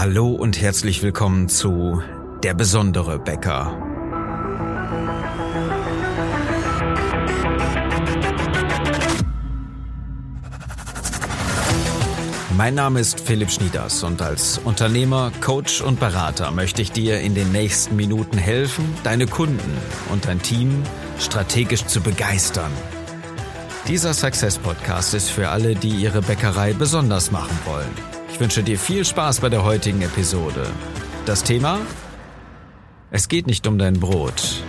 Hallo und herzlich willkommen zu Der besondere Bäcker. Mein Name ist Philipp Schnieders und als Unternehmer, Coach und Berater möchte ich dir in den nächsten Minuten helfen, deine Kunden und dein Team strategisch zu begeistern. Dieser Success-Podcast ist für alle, die ihre Bäckerei besonders machen wollen. Ich wünsche dir viel Spaß bei der heutigen Episode. Das Thema? Es geht nicht um dein Brot.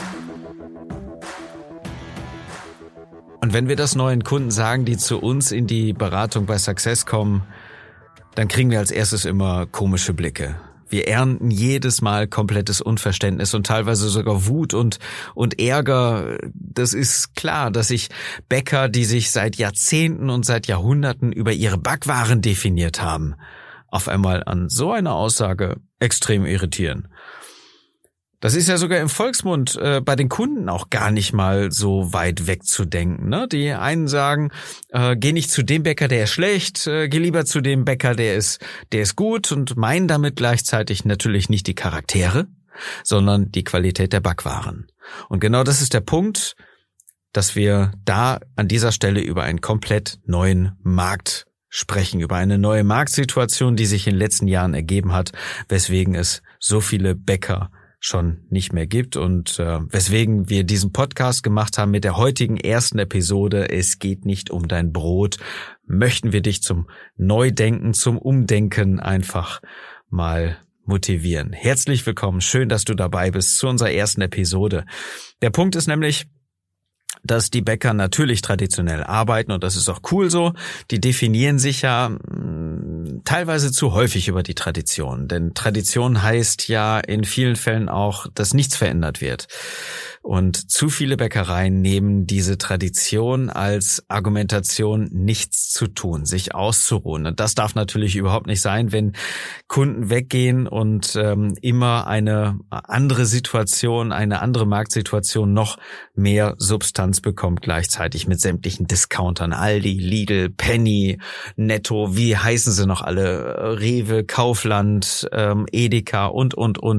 Und wenn wir das neuen Kunden sagen, die zu uns in die Beratung bei Success kommen, dann kriegen wir als erstes immer komische Blicke. Wir ernten jedes Mal komplettes Unverständnis und teilweise sogar Wut und Ärger. Das ist klar, dass sich Bäcker, die sich seit Jahrzehnten und seit Jahrhunderten über ihre Backwaren definiert haben, auf einmal an so einer Aussage extrem irritieren. Das ist ja sogar im Volksmund bei den Kunden auch gar nicht mal so weit wegzudenken, ne? Die einen sagen, geh nicht zu dem Bäcker, der ist schlecht, geh lieber zu dem Bäcker, der ist gut und meinen damit gleichzeitig natürlich nicht die Charaktere, sondern die Qualität der Backwaren. Und genau das ist der Punkt, dass wir da an dieser Stelle über einen komplett neuen Markt sprechen, über eine neue Marktsituation, die sich in den letzten Jahren ergeben hat, weswegen es so viele Bäcker schon nicht mehr gibt und weswegen wir diesen Podcast gemacht haben mit der heutigen ersten Episode. Es geht nicht um dein Brot. Möchten wir dich zum Neudenken, zum Umdenken einfach mal motivieren. Herzlich willkommen. Schön, dass du dabei bist zu unserer ersten Episode. Der Punkt ist nämlich, dass die Bäcker natürlich traditionell arbeiten und das ist auch cool so. Die definieren sich ja teilweise zu häufig über die Tradition, denn Tradition heißt ja in vielen Fällen auch, dass nichts verändert wird. Und zu viele Bäckereien nehmen diese Tradition als Argumentation, nichts zu tun, sich auszuruhen. Und das darf natürlich überhaupt nicht sein, wenn Kunden weggehen und immer eine andere Situation, eine andere Marktsituation noch mehr Substanz bekommt, gleichzeitig mit sämtlichen Discountern, Aldi, Lidl, Penny, Netto, wie heißen sie noch alle, Rewe, Kaufland, Edeka und.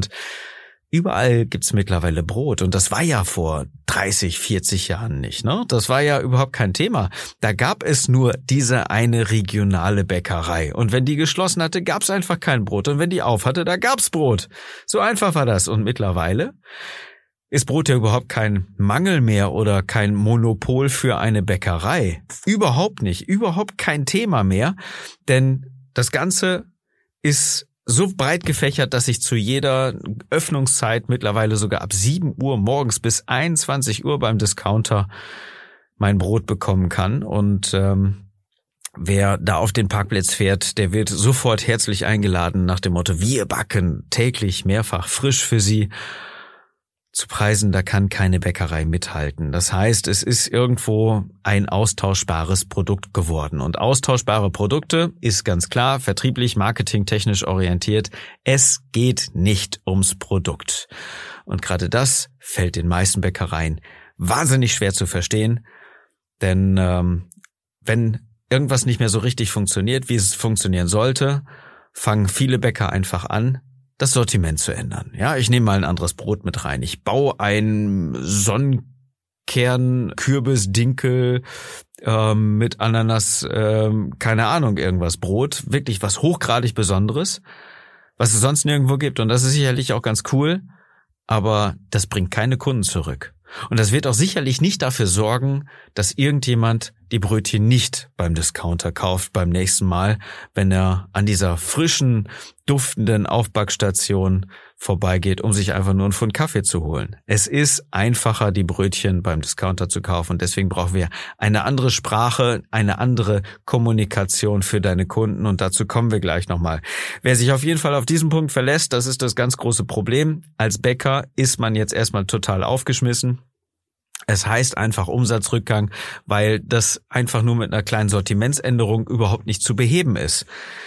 Überall gibt's mittlerweile Brot und das war ja vor 30, 40 Jahren nicht, ne? Das war ja überhaupt kein Thema. Da gab es nur diese eine regionale Bäckerei und wenn die geschlossen hatte, gab's einfach kein Brot und wenn die auf hatte, da gab's Brot. So einfach war das und mittlerweile ist Brot ja überhaupt kein Mangel mehr oder kein Monopol für eine Bäckerei. Überhaupt nicht, überhaupt kein Thema mehr, denn das Ganze ist so breit gefächert, dass ich zu jeder Öffnungszeit mittlerweile sogar ab 7 Uhr morgens bis 21 Uhr beim Discounter mein Brot bekommen kann. Und wer da auf den Parkplatz fährt, der wird sofort herzlich eingeladen nach dem Motto, wir backen täglich mehrfach frisch für Sie. Zu Preisen, da kann keine Bäckerei mithalten. Das heißt, es ist irgendwo ein austauschbares Produkt geworden. Und austauschbare Produkte ist ganz klar, vertrieblich, marketingtechnisch orientiert. Es geht nicht ums Produkt. Und gerade das fällt den meisten Bäckereien wahnsinnig schwer zu verstehen. Denn wenn irgendwas nicht mehr so richtig funktioniert, wie es funktionieren sollte, fangen viele Bäcker einfach an, das Sortiment zu ändern. Ja, ich nehme mal ein anderes Brot mit rein. Ich baue ein Sonnenkern, Kürbis, Dinkel mit Ananas, keine Ahnung, irgendwas Brot. Wirklich was hochgradig Besonderes, was es sonst nirgendwo gibt. Und das ist sicherlich auch ganz cool, aber das bringt keine Kunden zurück. Und das wird auch sicherlich nicht dafür sorgen, dass irgendjemand die Brötchen nicht beim Discounter kauft beim nächsten Mal, wenn er an dieser frischen, duftenden Aufbackstation vorbeigeht, um sich einfach nur einen Pfund Kaffee zu holen. Es ist einfacher, die Brötchen beim Discounter zu kaufen und deswegen brauchen wir eine andere Sprache, eine andere Kommunikation für deine Kunden und dazu kommen wir gleich nochmal. Wer sich auf jeden Fall auf diesen Punkt verlässt, das ist das ganz große Problem. Als Bäcker ist man jetzt erstmal total aufgeschmissen. Es heißt einfach Umsatzrückgang, weil das einfach nur mit einer kleinen Sortimentsänderung überhaupt nicht zu beheben ist.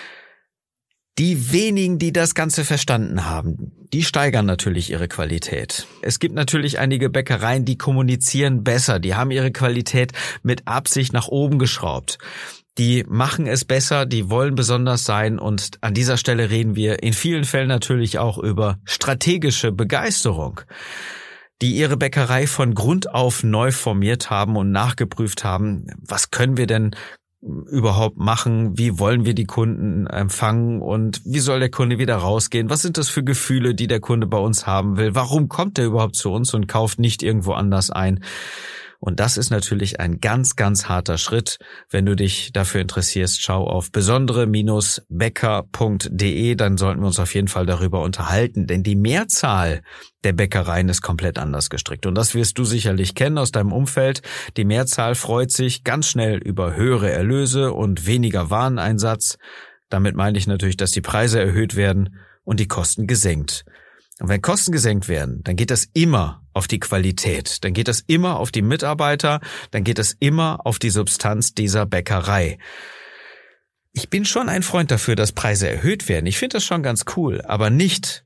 Die wenigen, die das Ganze verstanden haben, die steigern natürlich ihre Qualität. Es gibt natürlich einige Bäckereien, die kommunizieren besser, die haben ihre Qualität mit Absicht nach oben geschraubt. Die machen es besser, die wollen besonders sein und an dieser Stelle reden wir in vielen Fällen natürlich auch über strategische Begeisterung, die ihre Bäckerei von Grund auf neu formiert haben und nachgeprüft haben, was können wir denn überhaupt machen, wie wollen wir die Kunden empfangen und wie soll der Kunde wieder rausgehen, was sind das für Gefühle, die der Kunde bei uns haben will, warum kommt er überhaupt zu uns und kauft nicht irgendwo anders ein. Und das ist natürlich ein ganz, ganz harter Schritt. Wenn du dich dafür interessierst, schau auf besondere-bäcker.de, dann sollten wir uns auf jeden Fall darüber unterhalten, denn die Mehrzahl der Bäckereien ist komplett anders gestrickt. Und das wirst du sicherlich kennen aus deinem Umfeld. Die Mehrzahl freut sich ganz schnell über höhere Erlöse und weniger Wareneinsatz. Damit meine ich natürlich, dass die Preise erhöht werden und die Kosten gesenkt. Und wenn Kosten gesenkt werden, dann geht das immer auf die Qualität, dann geht das immer auf die Mitarbeiter, dann geht das immer auf die Substanz dieser Bäckerei. Ich bin schon ein Freund dafür, dass Preise erhöht werden. Ich finde das schon ganz cool, aber nicht,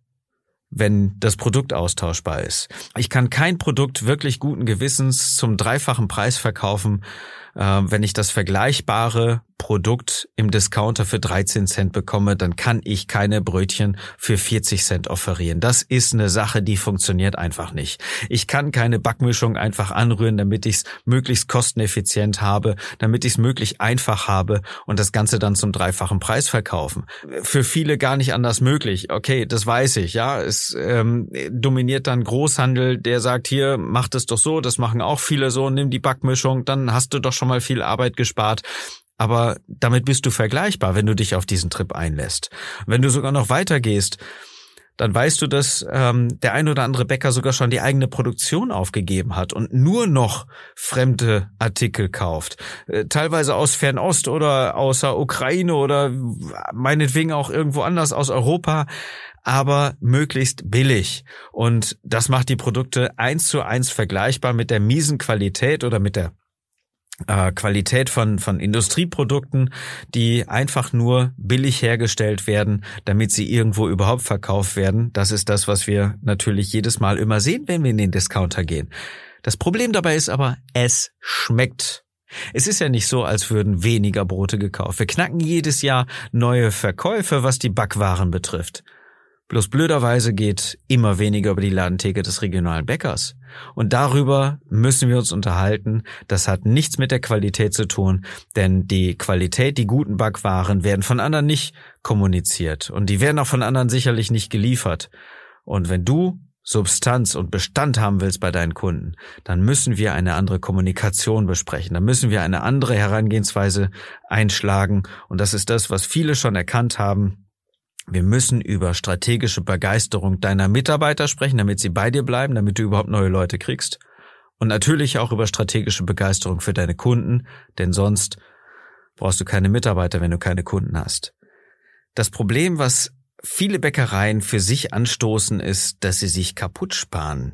wenn das Produkt austauschbar ist. Ich kann kein Produkt wirklich guten Gewissens zum dreifachen Preis verkaufen, wenn ich das vergleichbare Produkt im Discounter für 13 Cent bekomme, dann kann ich keine Brötchen für 40 Cent offerieren. Das ist eine Sache, die funktioniert einfach nicht. Ich kann keine Backmischung einfach anrühren, damit ich es möglichst kosteneffizient habe, damit ich es möglichst einfach habe und das Ganze dann zum dreifachen Preis verkaufen. Für viele gar nicht anders möglich. Okay, das weiß ich, ja. Es dominiert dann Großhandel, der sagt, hier, mach das doch so, das machen auch viele so, nimm die Backmischung, dann hast du doch schon mal viel Arbeit gespart. Aber damit bist du vergleichbar, wenn du dich auf diesen Trip einlässt. Wenn du sogar noch weitergehst, dann weißt du, dass der ein oder andere Bäcker sogar schon die eigene Produktion aufgegeben hat und nur noch fremde Artikel kauft. Teilweise aus Fernost oder aus der Ukraine oder meinetwegen auch irgendwo anders aus Europa, aber möglichst billig. Und das macht die Produkte 1:1 vergleichbar mit der miesen Qualität oder mit der Qualität von Industrieprodukten, die einfach nur billig hergestellt werden, damit sie irgendwo überhaupt verkauft werden. Das ist das, was wir natürlich jedes Mal immer sehen, wenn wir in den Discounter gehen. Das Problem dabei ist aber, es schmeckt. Es ist ja nicht so, als würden weniger Brote gekauft. Wir knacken jedes Jahr neue Verkäufe, was die Backwaren betrifft. Bloß blöderweise geht immer weniger über die Ladentheke des regionalen Bäckers. Und darüber müssen wir uns unterhalten. Das hat nichts mit der Qualität zu tun, denn die Qualität, die guten Backwaren werden von anderen nicht kommuniziert und die werden auch von anderen sicherlich nicht geliefert. Und wenn du Substanz und Bestand haben willst bei deinen Kunden, dann müssen wir eine andere Kommunikation besprechen. Dann müssen wir eine andere Herangehensweise einschlagen. Und das ist das, was viele schon erkannt haben. Wir müssen über strategische Begeisterung deiner Mitarbeiter sprechen, damit sie bei dir bleiben, damit du überhaupt neue Leute kriegst. Und natürlich auch über strategische Begeisterung für deine Kunden, denn sonst brauchst du keine Mitarbeiter, wenn du keine Kunden hast. Das Problem, was viele Bäckereien für sich anstoßen, ist, dass sie sich kaputt sparen.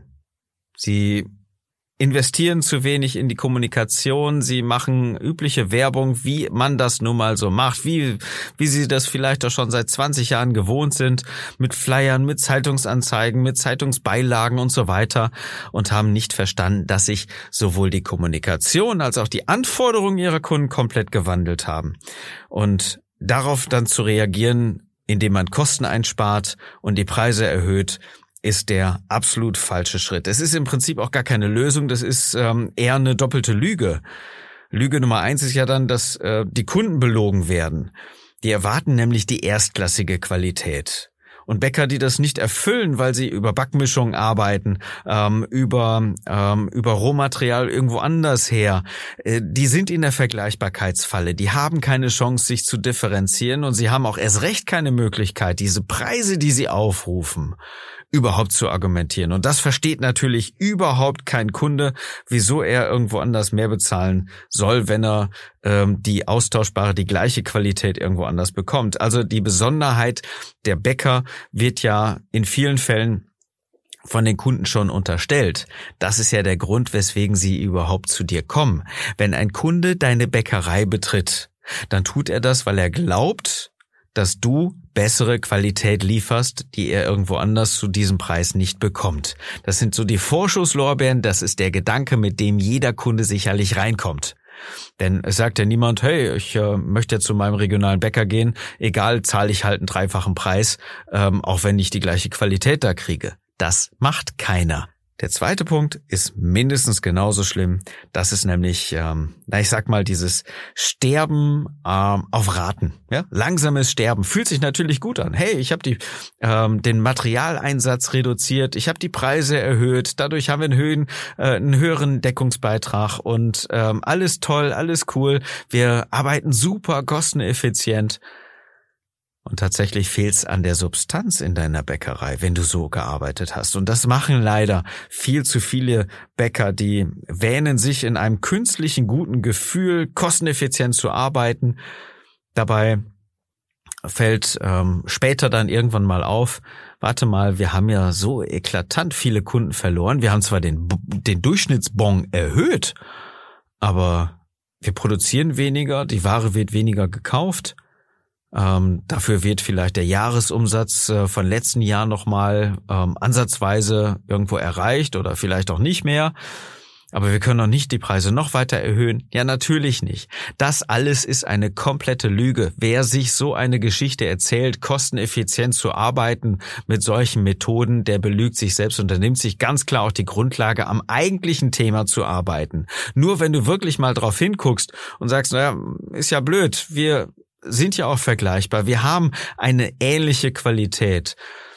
Sie investieren zu wenig in die Kommunikation, sie machen übliche Werbung, wie man das nun mal so macht, wie sie das vielleicht auch schon seit 20 Jahren gewohnt sind, mit Flyern, mit Zeitungsanzeigen, mit Zeitungsbeilagen und so weiter und haben nicht verstanden, dass sich sowohl die Kommunikation als auch die Anforderungen ihrer Kunden komplett gewandelt haben. Und darauf dann zu reagieren, indem man Kosten einspart und die Preise erhöht, ist der absolut falsche Schritt. Es ist im Prinzip auch gar keine Lösung, das ist eher eine doppelte Lüge. Lüge Nummer 1 ist ja dann, dass die Kunden belogen werden. Die erwarten nämlich die erstklassige Qualität. Und Bäcker, die das nicht erfüllen, weil sie über Backmischungen arbeiten, über Rohmaterial irgendwo anders her, die sind in der Vergleichbarkeitsfalle. Die haben keine Chance, sich zu differenzieren und sie haben auch erst recht keine Möglichkeit, diese Preise, die sie aufrufen, überhaupt zu argumentieren. Und das versteht natürlich überhaupt kein Kunde, wieso er irgendwo anders mehr bezahlen soll, wenn er die gleiche Qualität irgendwo anders bekommt. Also die Besonderheit der Bäcker wird ja in vielen Fällen von den Kunden schon unterstellt. Das ist ja der Grund, weswegen sie überhaupt zu dir kommen. Wenn ein Kunde deine Bäckerei betritt, dann tut er das, weil er glaubt, dass du bessere Qualität lieferst, die er irgendwo anders zu diesem Preis nicht bekommt. Das sind so die Vorschusslorbeeren, das ist der Gedanke, mit dem jeder Kunde sicherlich reinkommt. Denn es sagt ja niemand, hey, ich möchte jetzt zu meinem regionalen Bäcker gehen, egal, zahle ich halt einen dreifachen Preis, auch wenn ich die gleiche Qualität da kriege. Das macht keiner. Der zweite Punkt ist mindestens genauso schlimm. Das ist nämlich, ich sag mal, dieses Sterben auf Raten. Ja? Langsames Sterben fühlt sich natürlich gut an. Hey, ich habe den Materialeinsatz reduziert, ich habe die Preise erhöht, dadurch haben wir einen höheren Deckungsbeitrag und alles toll, alles cool. Wir arbeiten super kosteneffizient. Und tatsächlich fehlt's an der Substanz in deiner Bäckerei, wenn du so gearbeitet hast. Und das machen leider viel zu viele Bäcker, die wähnen sich in einem künstlichen guten Gefühl, kosteneffizient zu arbeiten. Dabei fällt später dann irgendwann mal auf, warte mal, wir haben ja so eklatant viele Kunden verloren. Wir haben zwar den Durchschnittsbon erhöht, aber wir produzieren weniger, die Ware wird weniger gekauft. Dafür wird vielleicht der Jahresumsatz von letzten Jahr nochmal ansatzweise irgendwo erreicht oder vielleicht auch nicht mehr. Aber wir können doch nicht die Preise noch weiter erhöhen. Ja, natürlich nicht. Das alles ist eine komplette Lüge. Wer sich so eine Geschichte erzählt, kosteneffizient zu arbeiten mit solchen Methoden, der belügt sich selbst und er nimmt sich ganz klar auch die Grundlage, am eigentlichen Thema zu arbeiten. Nur wenn du wirklich mal drauf hinguckst und sagst, naja, ist ja blöd, wir sind ja auch vergleichbar, wir haben eine ähnliche Qualität,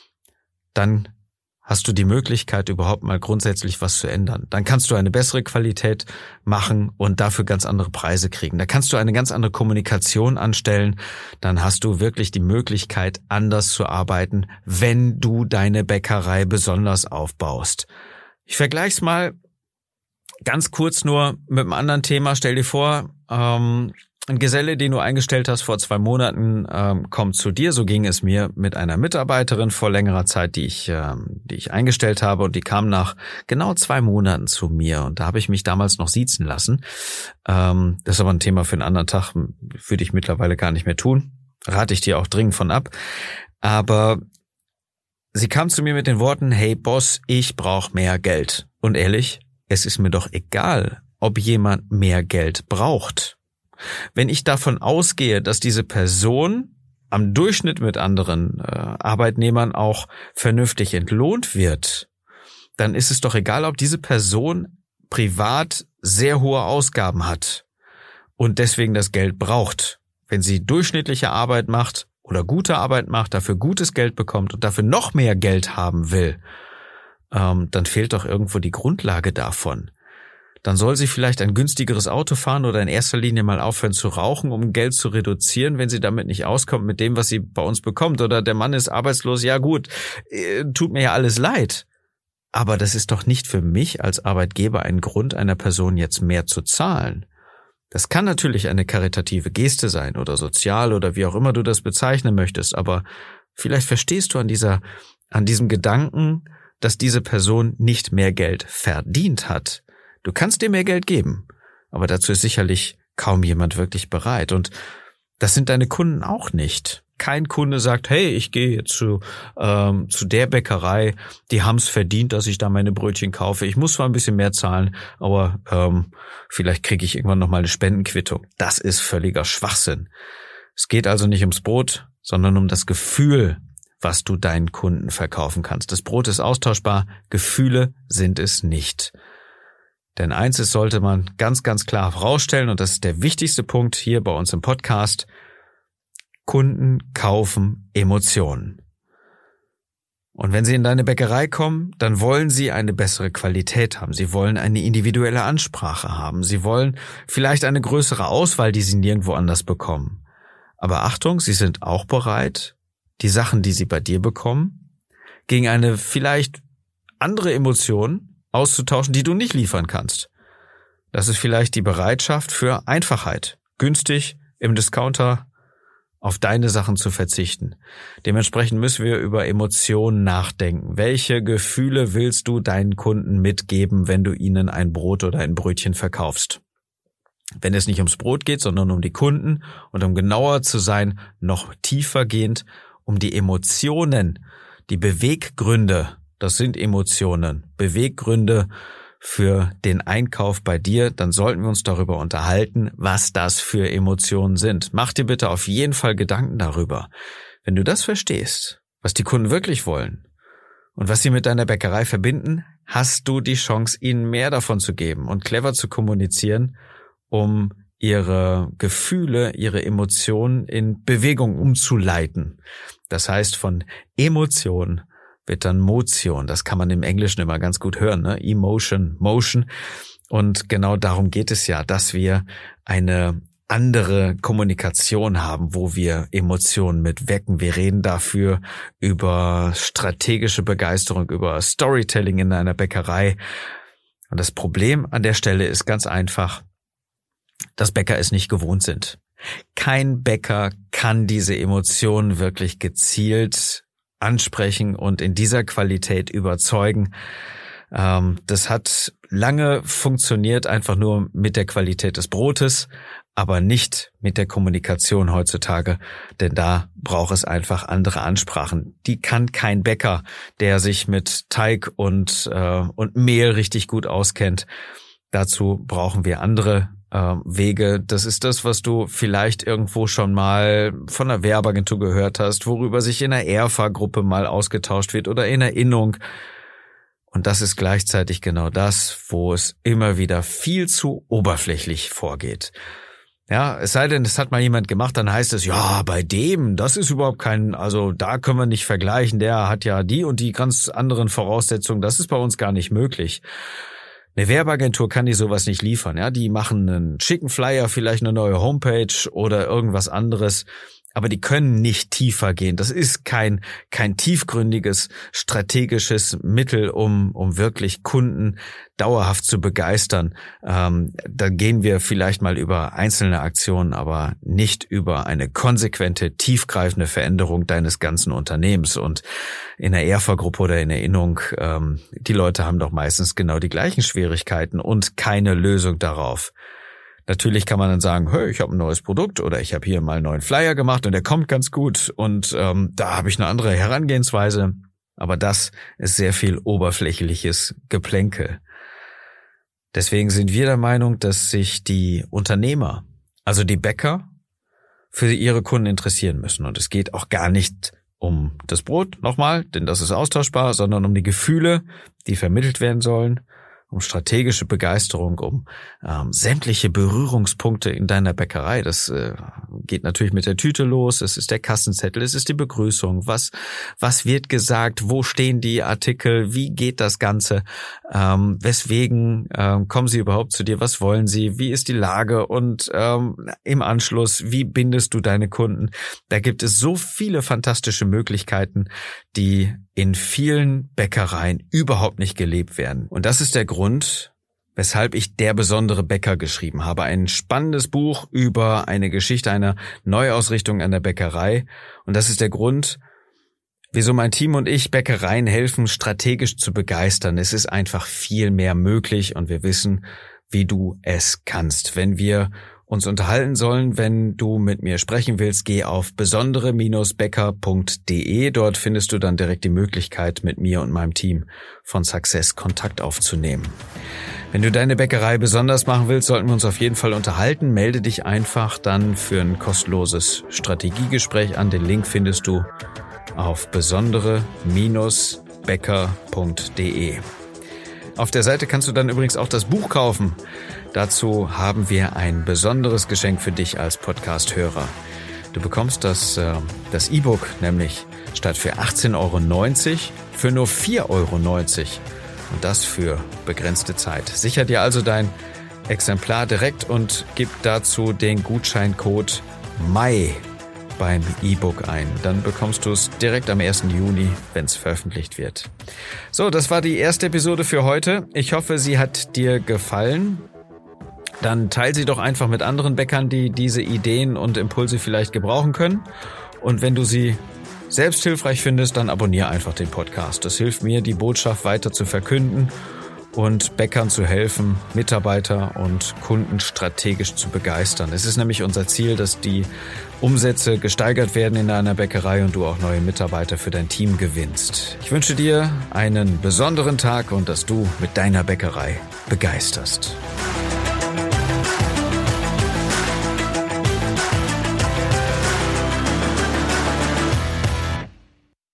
dann hast du die Möglichkeit, überhaupt mal grundsätzlich was zu ändern. Dann kannst du eine bessere Qualität machen und dafür ganz andere Preise kriegen. Da kannst du eine ganz andere Kommunikation anstellen. Dann hast du wirklich die Möglichkeit, anders zu arbeiten, wenn du deine Bäckerei besonders aufbaust. Ich vergleich's mal ganz kurz nur mit einem anderen Thema. Stell dir vor, ein Geselle, den du eingestellt hast vor 2 Monaten, kommt zu dir. So ging es mir mit einer Mitarbeiterin vor längerer Zeit, die ich eingestellt habe. Und die kam nach genau 2 Monaten zu mir. Und da habe ich mich damals noch siezen lassen. Das ist aber ein Thema für einen anderen Tag. Würde ich mittlerweile gar nicht mehr tun. Rate ich dir auch dringend von ab. Aber sie kam zu mir mit den Worten, hey Boss, ich brauche mehr Geld. Und ehrlich, es ist mir doch egal, ob jemand mehr Geld braucht. Wenn ich davon ausgehe, dass diese Person am Durchschnitt mit anderen Arbeitnehmern auch vernünftig entlohnt wird, dann ist es doch egal, ob diese Person privat sehr hohe Ausgaben hat und deswegen das Geld braucht. Wenn sie durchschnittliche Arbeit macht oder gute Arbeit macht, dafür gutes Geld bekommt und dafür noch mehr Geld haben will, dann fehlt doch irgendwo die Grundlage davon. Dann soll sie vielleicht ein günstigeres Auto fahren oder in erster Linie mal aufhören zu rauchen, um Geld zu reduzieren, wenn sie damit nicht auskommt mit dem, was sie bei uns bekommt. Oder der Mann ist arbeitslos, ja gut, tut mir ja alles leid. Aber das ist doch nicht für mich als Arbeitgeber ein Grund, einer Person jetzt mehr zu zahlen. Das kann natürlich eine karitative Geste sein oder sozial oder wie auch immer du das bezeichnen möchtest, aber vielleicht verstehst du an diesem Gedanken, dass diese Person nicht mehr Geld verdient hat. Du kannst dir mehr Geld geben, aber dazu ist sicherlich kaum jemand wirklich bereit. Und das sind deine Kunden auch nicht. Kein Kunde sagt, hey, ich gehe jetzt zu der Bäckerei, die haben's verdient, dass ich da meine Brötchen kaufe. Ich muss zwar ein bisschen mehr zahlen, aber vielleicht kriege ich irgendwann noch mal eine Spendenquittung. Das ist völliger Schwachsinn. Es geht also nicht ums Brot, sondern um das Gefühl, was du deinen Kunden verkaufen kannst. Das Brot ist austauschbar, Gefühle sind es nicht. Denn eins sollte man ganz, ganz klar herausstellen, und das ist der wichtigste Punkt hier bei uns im Podcast: Kunden kaufen Emotionen. Und wenn sie in deine Bäckerei kommen, dann wollen sie eine bessere Qualität haben. Sie wollen eine individuelle Ansprache haben. Sie wollen vielleicht eine größere Auswahl, die sie nirgendwo anders bekommen. Aber Achtung, sie sind auch bereit, die Sachen, die sie bei dir bekommen, gegen eine vielleicht andere Emotion auszutauschen, die du nicht liefern kannst. Das ist vielleicht die Bereitschaft für Einfachheit, günstig im Discounter auf deine Sachen zu verzichten. Dementsprechend müssen wir über Emotionen nachdenken. Welche Gefühle willst du deinen Kunden mitgeben, wenn du ihnen ein Brot oder ein Brötchen verkaufst? Wenn es nicht ums Brot geht, sondern um die Kunden und um genauer zu sein, noch tiefergehend, um die Emotionen, die Beweggründe. Das sind Emotionen, Beweggründe für den Einkauf bei dir, dann sollten wir uns darüber unterhalten, was das für Emotionen sind. Mach dir bitte auf jeden Fall Gedanken darüber. Wenn du das verstehst, was die Kunden wirklich wollen und was sie mit deiner Bäckerei verbinden, hast du die Chance, ihnen mehr davon zu geben und clever zu kommunizieren, um ihre Gefühle, ihre Emotionen in Bewegung umzuleiten. Das heißt, von Emotion wird dann Motion. Das kann man im Englischen immer ganz gut hören, ne? Emotion, Motion. Und genau darum geht es ja, dass wir eine andere Kommunikation haben, wo wir Emotionen mit wecken. Wir reden dafür über strategische Begeisterung, über Storytelling in einer Bäckerei. Und das Problem an der Stelle ist ganz einfach, dass Bäcker es nicht gewohnt sind. Kein Bäcker kann diese Emotionen wirklich gezielt ansprechen und in dieser Qualität überzeugen. Das hat lange funktioniert, einfach nur mit der Qualität des Brotes, aber nicht mit der Kommunikation heutzutage, denn da braucht es einfach andere Ansprachen. Die kann kein Bäcker, der sich mit Teig und Mehl richtig gut auskennt. Dazu brauchen wir andere Wege. Das ist das, was du vielleicht irgendwo schon mal von einer Werbeagentur gehört hast, worüber sich in einer ERFA-Gruppe mal ausgetauscht wird oder in Erinnerung. Und das ist gleichzeitig genau das, wo es immer wieder viel zu oberflächlich vorgeht. Ja, es sei denn, es hat mal jemand gemacht, dann heißt es, ja, bei dem, das ist überhaupt also da können wir nicht vergleichen, der hat ja die und die ganz anderen Voraussetzungen, das ist bei uns gar nicht möglich. Eine Werbeagentur kann die sowas nicht liefern, ja, die machen einen schicken Flyer, vielleicht eine neue Homepage oder irgendwas anderes, aber die können nicht tiefer gehen. Das ist kein tiefgründiges strategisches Mittel, um wirklich Kunden dauerhaft zu begeistern. Da gehen wir vielleicht mal über einzelne Aktionen, aber nicht über eine konsequente, tiefgreifende Veränderung deines ganzen Unternehmens. Und in der ERFA-Gruppe oder in Erinnerung, die Leute haben doch meistens genau die gleichen Schwierigkeiten und keine Lösung darauf. Natürlich kann man dann sagen, hey, ich habe ein neues Produkt oder ich habe hier mal einen neuen Flyer gemacht und der kommt ganz gut und da habe ich eine andere Herangehensweise. Aber das ist sehr viel oberflächliches Geplänkel. Deswegen sind wir der Meinung, dass sich die Unternehmer, also die Bäcker, für ihre Kunden interessieren müssen. Und es geht auch gar nicht um das Brot nochmal, denn das ist austauschbar, sondern um die Gefühle, die vermittelt werden sollen, um strategische Begeisterung, um sämtliche Berührungspunkte in deiner Bäckerei. Das geht natürlich mit der Tüte los, es ist der Kassenzettel, es ist die Begrüßung, was wird gesagt, wo stehen die Artikel, wie geht das Ganze, weswegen kommen sie überhaupt zu dir, was wollen sie, wie ist die Lage und im Anschluss, wie bindest du deine Kunden. Da gibt es so viele fantastische Möglichkeiten, die in vielen Bäckereien überhaupt nicht gelebt werden. Und das ist der Grund, weshalb ich Der besondere Bäcker geschrieben habe. Ein spannendes Buch über eine Geschichte einer Neuausrichtung an der Bäckerei. Und das ist der Grund, wieso mein Team und ich Bäckereien helfen, strategisch zu begeistern. Es ist einfach viel mehr möglich und wir wissen, wie du es kannst. Wenn wir uns unterhalten sollen, wenn du mit mir sprechen willst, geh auf besondere-bäcker.de. Dort findest du dann direkt die Möglichkeit, mit mir und meinem Team von Success Kontakt aufzunehmen. Wenn du deine Bäckerei besonders machen willst, sollten wir uns auf jeden Fall unterhalten. Melde dich einfach dann für ein kostenloses Strategiegespräch an. Den Link findest du auf besondere-bäcker.de. Auf der Seite kannst du dann übrigens auch das Buch kaufen. Dazu haben wir ein besonderes Geschenk für dich als Podcast-Hörer. Du bekommst das E-Book nämlich statt für 18,90 € für nur 4,90 € und das für begrenzte Zeit. Sicher dir also dein Exemplar direkt und gib dazu den Gutscheincode MAI beim E-Book ein. Dann bekommst du es direkt am 1. Juni, wenn es veröffentlicht wird. So, das war die erste Episode für heute. Ich hoffe, sie hat dir gefallen. Dann teil sie doch einfach mit anderen Bäckern, die diese Ideen und Impulse vielleicht gebrauchen können. Und wenn du sie selbst hilfreich findest, dann abonniere einfach den Podcast. Das hilft mir, die Botschaft weiter zu verkünden und Bäckern zu helfen, Mitarbeiter und Kunden strategisch zu begeistern. Es ist nämlich unser Ziel, dass die Umsätze gesteigert werden in deiner Bäckerei und du auch neue Mitarbeiter für dein Team gewinnst. Ich wünsche dir einen besonderen Tag und dass du mit deiner Bäckerei begeisterst.